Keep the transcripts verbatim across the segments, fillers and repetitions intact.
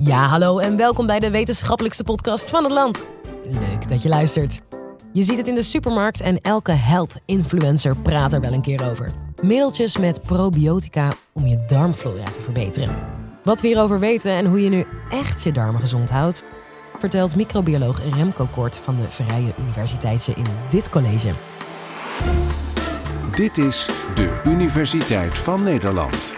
Ja, hallo en welkom bij de wetenschappelijkste podcast van het land. Leuk dat je luistert. Je ziet het in de supermarkt en elke health-influencer praat er wel een keer over. Middeltjes met probiotica om je darmflora te verbeteren. Wat we hierover weten en hoe je nu echt je darmen gezond houdt, vertelt microbioloog Remco Kort van de Vrije Universiteitje in dit college. Dit is de Universiteit van Nederland.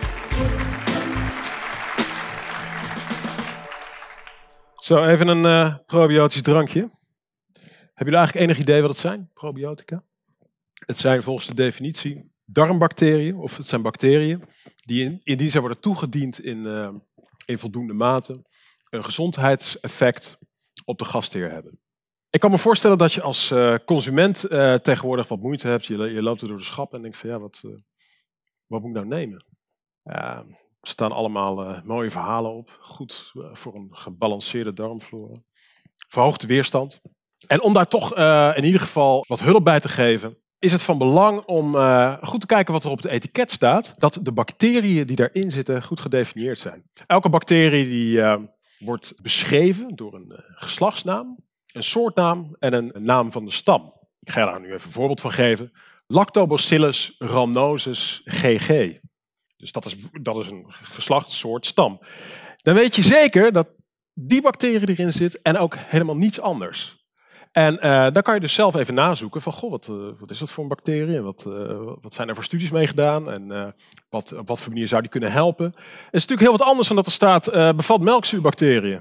Zo, even een uh, probiotisch drankje. Hebben jullie eigenlijk enig idee wat het zijn, probiotica? Het zijn volgens de definitie darmbacteriën, of het zijn bacteriën die in, indien zij worden toegediend in, uh, in voldoende mate een gezondheidseffect op de gastheer hebben. Ik kan me voorstellen dat je als uh, consument uh, tegenwoordig wat moeite hebt. Je, je loopt er door de schap en denkt van ja, wat, uh, wat moet ik nou nemen? Uh, Er staan allemaal uh, mooie verhalen op. Goed uh, voor een gebalanceerde darmflora. Verhoogde weerstand. En om daar toch uh, in ieder geval wat hulp bij te geven, is het van belang om uh, goed te kijken wat er op het etiket staat. Dat de bacteriën die daarin zitten goed gedefinieerd zijn. Elke bacterie die uh, wordt beschreven door een uh, geslachtsnaam, een soortnaam en een, een naam van de stam. Ik ga daar nu even een voorbeeld van geven. Lactobacillus rhamnosus G G. Dus dat is, dat is een geslachtssoort stam. Dan weet je zeker dat die bacterie erin zit en ook helemaal niets anders. En uh, dan kan je dus zelf even nazoeken van, goh, wat, uh, wat is dat voor een bacterie? En wat, uh, wat zijn er voor studies mee gedaan? En uh, wat, op wat voor manier zou die kunnen helpen? Het is natuurlijk heel wat anders dan dat er staat, uh, bevat melkzuurbacteriën.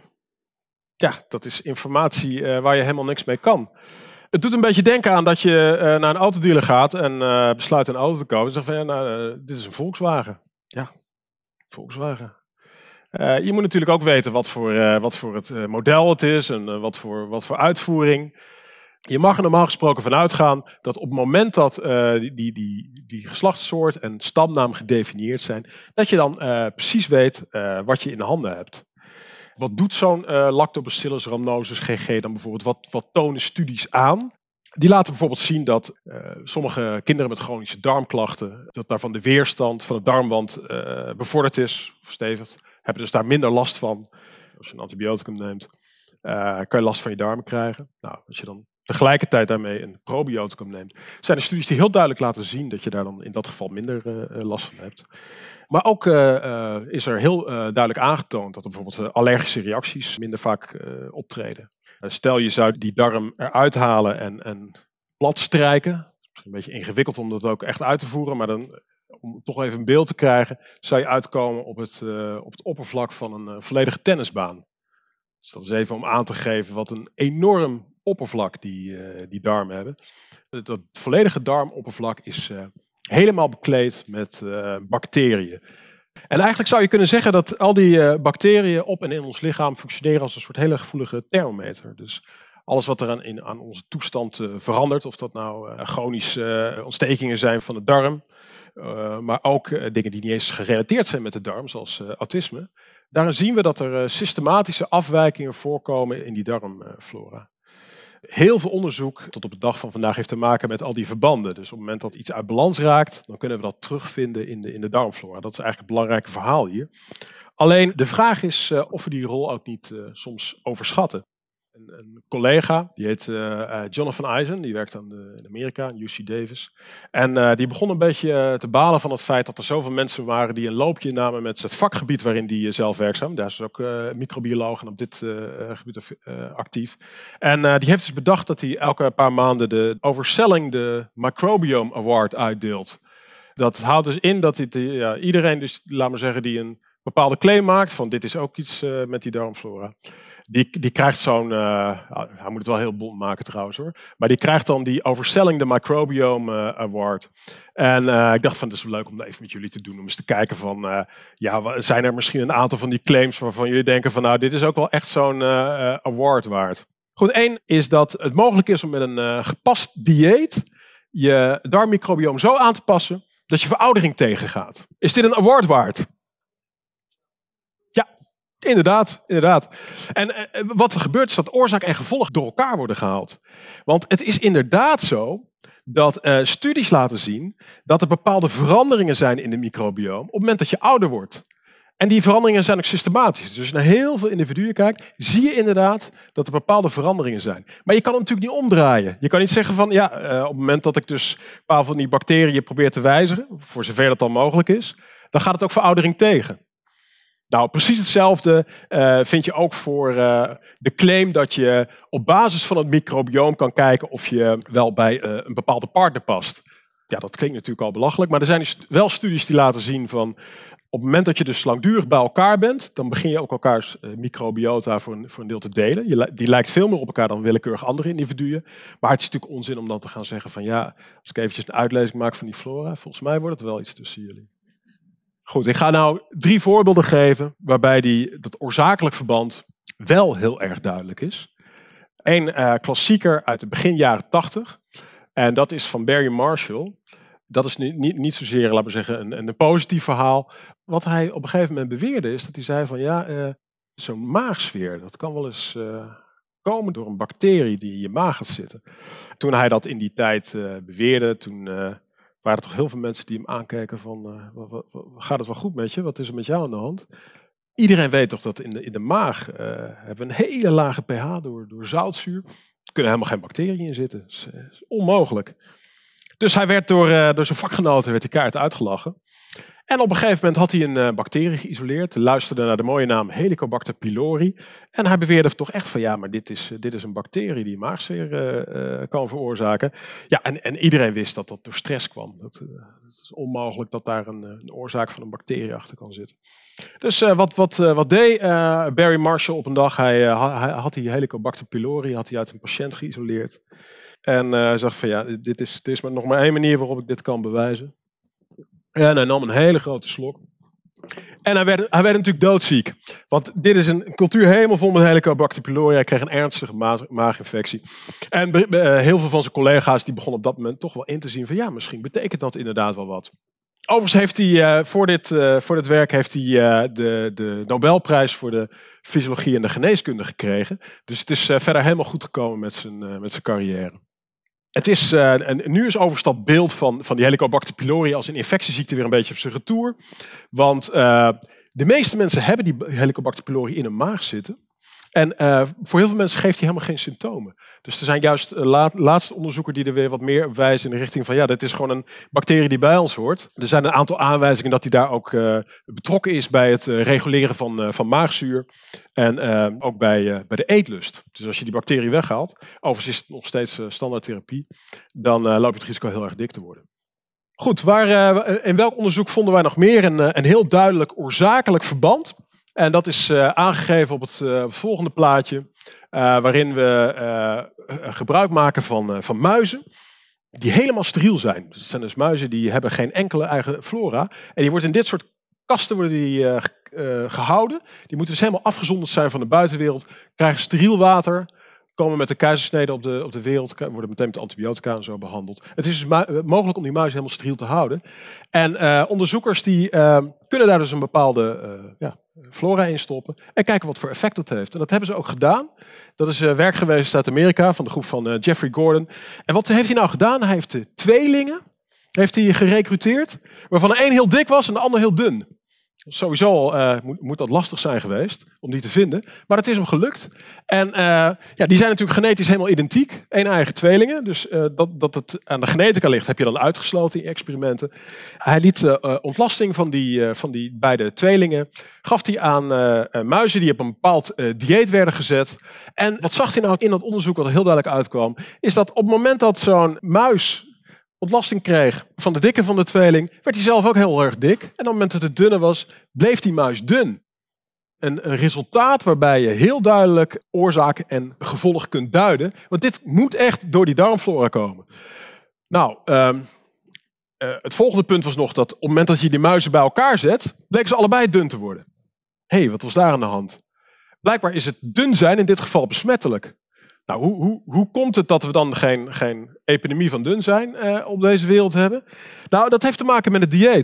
Ja, dat is informatie uh, waar je helemaal niks mee kan. Het doet een beetje denken aan dat je uh, naar een autodealer gaat en uh, besluit een auto te kopen. En zegt van, ja, nou, uh, dit is een Volkswagen. Ja, Volkswagen. Uh, je moet natuurlijk ook weten wat voor, uh, wat voor het uh, model het is en uh, wat, voor, wat voor uitvoering. Je mag er normaal gesproken van uitgaan dat op het moment dat uh, die, die, die, die geslachtssoort en stamnaam gedefinieerd zijn, dat je dan uh, precies weet uh, wat je in de handen hebt. Wat doet zo'n uh, Lactobacillus rhamnosus G G dan bijvoorbeeld? Wat, wat tonen studies aan? Die laten bijvoorbeeld zien dat uh, sommige kinderen met chronische darmklachten, dat daarvan de weerstand van de darmwand uh, bevorderd is, verstevigd, hebben dus daar minder last van. Als je een antibioticum neemt, uh, kan je last van je darmen krijgen. Nou, als je dan tegelijkertijd daarmee een probioticum neemt, zijn er studies die heel duidelijk laten zien dat je daar dan in dat geval minder uh, last van hebt. Maar ook uh, uh, is er heel uh, duidelijk aangetoond dat er bijvoorbeeld uh, allergische reacties minder vaak uh, optreden. Uh, stel je zou die darm eruit halen en, en plat strijken. Het is een beetje ingewikkeld om dat ook echt uit te voeren, maar dan, om toch even een beeld te krijgen, zou je uitkomen op het, uh, op het oppervlak van een uh, volledige tennisbaan. Dus dat is even om aan te geven wat een enorm oppervlak die, uh, die darmen hebben. Dat volledige darmoppervlak is uh, helemaal bekleed met uh, bacteriën. En eigenlijk zou je kunnen zeggen dat al die uh, bacteriën op en in ons lichaam functioneren als een soort hele gevoelige thermometer. Dus alles wat er aan, in, aan onze toestand uh, verandert, of dat nou uh, chronische uh, ontstekingen zijn van de darm, uh, maar ook uh, dingen die niet eens gerelateerd zijn met de darm, zoals uh, autisme. Daarin zien we dat er uh, systematische afwijkingen voorkomen in die darmflora. Heel veel onderzoek tot op de dag van vandaag heeft te maken met al die verbanden. Dus op het moment dat iets uit balans raakt, dan kunnen we dat terugvinden in de, in de darmflora. Dat is eigenlijk het belangrijke verhaal hier. Alleen de vraag is uh, of we die rol ook niet uh, soms overschatten. Een, een collega, die heet uh, Jonathan Eisen, die werkt aan de, in Amerika, aan U C Davis. En uh, die begon een beetje uh, te balen van het feit dat er zoveel mensen waren die een loopje namen met het vakgebied waarin die uh, zelf werkzaam. Daar is ook uh, microbioloog en op dit uh, gebied uh, actief. En uh, die heeft dus bedacht dat hij elke paar maanden de Overselling the Microbiome Award uitdeelt. Dat houdt dus in dat dit, uh, ja, iedereen, dus, laat maar zeggen, die een bepaalde claim maakt van dit is ook iets uh, met die darmflora. Die, die krijgt zo'n, uh, hij moet het wel heel bont maken trouwens hoor, maar die krijgt dan die Overselling the Microbiome uh, Award. En uh, ik dacht van, het is leuk om dat even met jullie te doen, om eens te kijken van, uh, ja, zijn er misschien een aantal van die claims waarvan jullie denken van, nou, dit is ook wel echt zo'n uh, award waard. Goed, één is dat het mogelijk is om met een uh, gepast dieet je darmmicrobioom zo aan te passen dat je veroudering tegengaat. Is dit een award waard? Inderdaad, inderdaad. En uh, wat er gebeurt is dat oorzaak en gevolg door elkaar worden gehaald. Want het is inderdaad zo dat uh, studies laten zien dat er bepaalde veranderingen zijn in de microbioom op het moment dat je ouder wordt. En die veranderingen zijn ook systematisch. Dus als je naar heel veel individuen kijkt, zie je inderdaad dat er bepaalde veranderingen zijn. Maar je kan het natuurlijk niet omdraaien. Je kan niet zeggen van, ja, uh, op het moment dat ik dus een paar van die bacteriën probeer te wijzigen, voor zover dat dan mogelijk is, dan gaat het ook veroudering tegen. Nou, precies hetzelfde uh, vind je ook voor uh, de claim dat je op basis van het microbioom kan kijken of je wel bij uh, een bepaalde partner past. Ja, dat klinkt natuurlijk al belachelijk, maar er zijn dus wel studies die laten zien van op het moment dat je dus langdurig bij elkaar bent, dan begin je ook elkaars uh, microbiota voor een, voor een deel te delen. Je, die lijkt veel meer op elkaar dan willekeurig andere individuen. Maar het is natuurlijk onzin om dan te gaan zeggen van ja, als ik eventjes een uitlezing maak van die flora, volgens mij wordt het wel iets tussen jullie. Goed, ik ga nou drie voorbeelden geven waarbij die, dat oorzakelijk verband wel heel erg duidelijk is. Een uh, klassieker uit de begin jaren tachtig. En dat is van Barry Marshall. Dat is niet, niet, niet zozeer, laten we zeggen, een, een positief verhaal. Wat hij op een gegeven moment beweerde is dat hij zei van ja, uh, zo'n maagsfeer, dat kan wel eens uh, komen door een bacterie die in je maag gaat zitten. Toen hij dat in die tijd uh, beweerde, toen uh, waren er toch heel veel mensen die hem aankeken van uh, wat, wat, wat, gaat het wel goed met je? Wat is er met jou aan de hand? Iedereen weet toch dat in de, in de maag uh, hebben we een hele lage pH door, door zoutzuur. Er kunnen helemaal geen bacteriën in zitten. Dat is, uh, is onmogelijk. Dus hij werd door, uh, door zijn vakgenoten werd hij keihard uitgelachen. En op een gegeven moment had hij een uh, bacterie geïsoleerd. Luisterde naar de mooie naam Helicobacter pylori. En hij beweerde toch echt van ja, maar dit is, uh, dit is een bacterie die maagzeer uh, uh, kan veroorzaken. Ja, en, en iedereen wist dat dat door stress kwam. Dat, uh, het is onmogelijk dat daar een, een oorzaak van een bacterie achter kan zitten. Dus uh, wat, wat, uh, wat deed uh, Barry Marshall op een dag? Hij, uh, hij had die Helicobacter pylori had hij uit een patiënt geïsoleerd. En uh, hij zag van ja, dit is, dit is maar nog maar één manier waarop ik dit kan bewijzen. En hij nam een hele grote slok. En hij werd, hij werd natuurlijk doodziek. Want dit is een cultuur helemaal vol met Helicobacter pylori. Hij kreeg een ernstige maag, maaginfectie. En uh, heel veel van zijn collega's die begonnen op dat moment toch wel in te zien van ja, misschien betekent dat inderdaad wel wat. Overigens heeft hij uh, voor, dit, uh, voor dit werk heeft hij, uh, de, de Nobelprijs voor de fysiologie en de geneeskunde gekregen. Dus het is uh, verder helemaal goed gekomen met zijn, uh, met zijn carrière. Het is uh, een, nu is overstap beeld van, van die Helicobacter pylori als een infectieziekte weer een beetje op zijn retour. Want uh, de meeste mensen hebben die Helicobacter pylori in hun maag zitten. En uh, voor heel veel mensen geeft hij helemaal geen symptomen. Dus er zijn juist uh, laat, laatste onderzoeken die er weer wat meer wijzen in de richting van ja, dit is gewoon een bacterie die bij ons hoort. Er zijn een aantal aanwijzingen dat hij daar ook uh, betrokken is bij het uh, reguleren van, uh, van maagzuur. En uh, ook bij, uh, bij de eetlust. Dus als je die bacterie weghaalt, overigens is het nog steeds uh, standaardtherapie, dan uh, loop je het risico heel erg dik te worden. Goed, waar, uh, in welk onderzoek vonden wij nog meer een, een heel duidelijk oorzakelijk verband? En dat is uh, aangegeven op het, uh, het volgende plaatje, uh, waarin we uh, gebruik maken van, uh, van muizen die helemaal steriel zijn. Dus het zijn dus muizen die hebben geen enkele eigen flora. En die worden in dit soort kasten worden die, uh, uh, gehouden. Die moeten dus helemaal afgezonderd zijn van de buitenwereld, krijgen steriel water, komen met de keizersnede op de, op de wereld, worden meteen met antibiotica en zo behandeld. Het is dus mogelijk om die muizen helemaal steriel te houden. En uh, onderzoekers die uh, kunnen daar dus een bepaalde uh, ja, flora in stoppen en kijken wat voor effect dat heeft. En dat hebben ze ook gedaan. Dat is uh, werk geweest uit Amerika van de groep van uh, Jeffrey Gordon. En wat heeft hij nou gedaan? Hij heeft de tweelingen heeft hij gerecruiteerd, waarvan de een heel dik was en de ander heel dun. Sowieso al uh, moet, moet dat lastig zijn geweest om die te vinden. Maar het is hem gelukt. En uh, ja, die zijn natuurlijk genetisch helemaal identiek. Eén eigen tweelingen. Dus uh, dat, dat het aan de genetica ligt heb je dan uitgesloten in experimenten. Hij liet uh, ontlasting van die, uh, van die beide tweelingen. Gaf hij aan uh, uh, muizen die op een bepaald uh, dieet werden gezet. En wat zag hij nou in dat onderzoek wat er heel duidelijk uitkwam. Is dat op het moment dat zo'n muis ontlasting kreeg van de dikke van de tweeling, werd hij zelf ook heel erg dik. En op het moment dat het dunner was, bleef die muis dun. Een, een resultaat waarbij je heel duidelijk oorzaak en gevolg kunt duiden. Want dit moet echt door die darmflora komen. Nou, um, uh, het volgende punt was nog dat op het moment dat je die muizen bij elkaar zet, bleken ze allebei dun te worden. Hé, hey, wat was daar aan de hand? Blijkbaar is het dun zijn in dit geval besmettelijk. Nou, hoe, hoe, hoe komt het dat we dan geen, geen epidemie van dun zijn uh, op deze wereld hebben? Nou, dat heeft te maken met het dieet.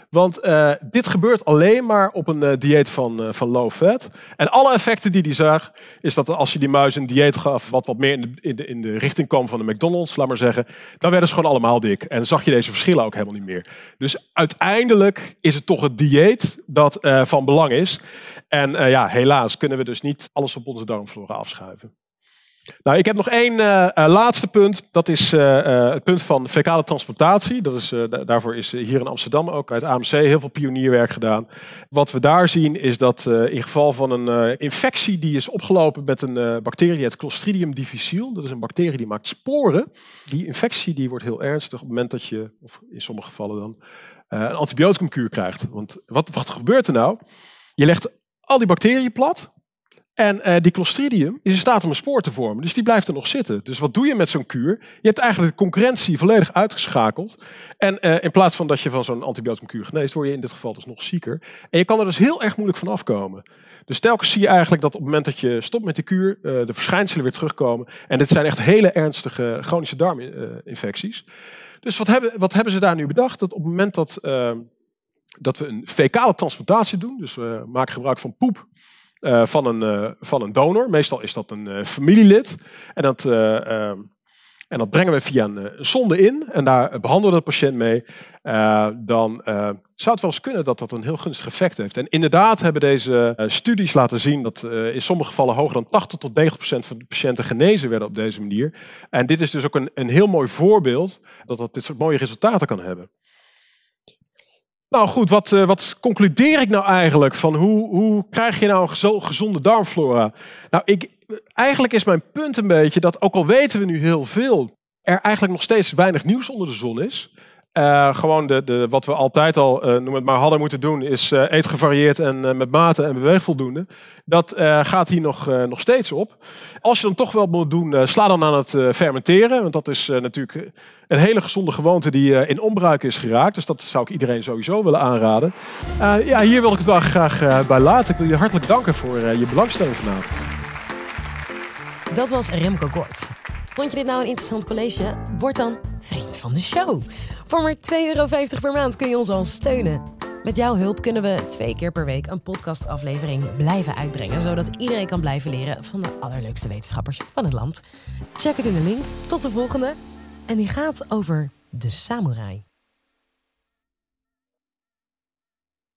Want uh, dit gebeurt alleen maar op een uh, dieet van, uh, van low fat. En alle effecten die hij zag, is dat als je die muis een dieet gaf wat wat meer in de, in de, in de richting kwam van de McDonald's, laat maar zeggen, dan werden ze gewoon allemaal dik. En zag je deze verschillen ook helemaal niet meer. Dus uiteindelijk is het toch het dieet dat uh, van belang is. En uh, ja, helaas kunnen we dus niet alles op onze darmflora afschuiven. Nou, ik heb nog één uh, uh, laatste punt. Dat is uh, uh, het punt van fecale transplantatie. Dat is, uh, da- daarvoor is uh, hier in Amsterdam ook uit A M C heel veel pionierwerk gedaan. Wat we daar zien is dat uh, in geval van een uh, infectie die is opgelopen met een uh, bacterie, het Clostridium difficile. Dat is een bacterie die maakt sporen. Die infectie die wordt heel ernstig op het moment dat je, of in sommige gevallen dan, uh, een antibioticumkuur krijgt. Want wat, wat gebeurt er nou? Je legt al die bacteriën plat. En uh, die Clostridium is in staat om een spoor te vormen. Dus die blijft er nog zitten. Dus wat doe je met zo'n kuur? Je hebt eigenlijk de concurrentie volledig uitgeschakeld. En uh, in plaats van dat je van zo'n antibioticumkuur geneest, word je in dit geval dus nog zieker. En je kan er dus heel erg moeilijk van afkomen. Dus telkens zie je eigenlijk dat op het moment dat je stopt met de kuur, uh, de verschijnselen weer terugkomen. En dit zijn echt hele ernstige chronische darminfecties. Dus wat hebben, wat hebben ze daar nu bedacht? Dat op het moment dat, uh, dat we een fecale transplantatie doen, dus we maken gebruik van poep, Uh, van, een, uh, van een donor. Meestal is dat een uh, familielid. En dat, uh, uh, en dat brengen we via een, uh, een zonde in. En daar behandelen we de patiënt mee. Uh, dan uh, zou het wel eens kunnen dat dat een heel gunstig effect heeft. En inderdaad hebben deze uh, studies laten zien dat uh, in sommige gevallen hoger dan tachtig tot negentig procent van de patiënten genezen werden op deze manier. En dit is dus ook een, een heel mooi voorbeeld dat dat dit soort mooie resultaten kan hebben. Nou goed, wat, uh, wat concludeer ik nou eigenlijk van hoe, hoe krijg je nou een gezo- gezonde darmflora? Nou, ik, eigenlijk is mijn punt een beetje dat ook al weten we nu heel veel, er eigenlijk nog steeds weinig nieuws onder de zon is. Uh, gewoon de, de, wat we altijd al, uh, noem het maar, hadden moeten doen, is uh, eet gevarieerd en uh, met mate en beweeg voldoende. Dat uh, gaat hier nog, uh, nog steeds op. Als je dan toch wel moet doen, uh, sla dan aan het uh, fermenteren. Want dat is uh, natuurlijk een hele gezonde gewoonte die uh, in onbruik is geraakt. Dus dat zou ik iedereen sowieso willen aanraden. Uh, ja, hier wil ik het wel graag uh, bij laten. Ik wil je hartelijk danken voor uh, je belangstelling vanavond. Dat was Remco Kort. Vond je dit nou een interessant college? Word dan vriend van de show. Voor maar twee euro vijftig per maand kun je ons al steunen. Met jouw hulp kunnen we twee keer per week een podcastaflevering blijven uitbrengen, zodat iedereen kan blijven leren van de allerleukste wetenschappers van het land. Check het in de link. Tot de volgende. En die gaat over de samurai.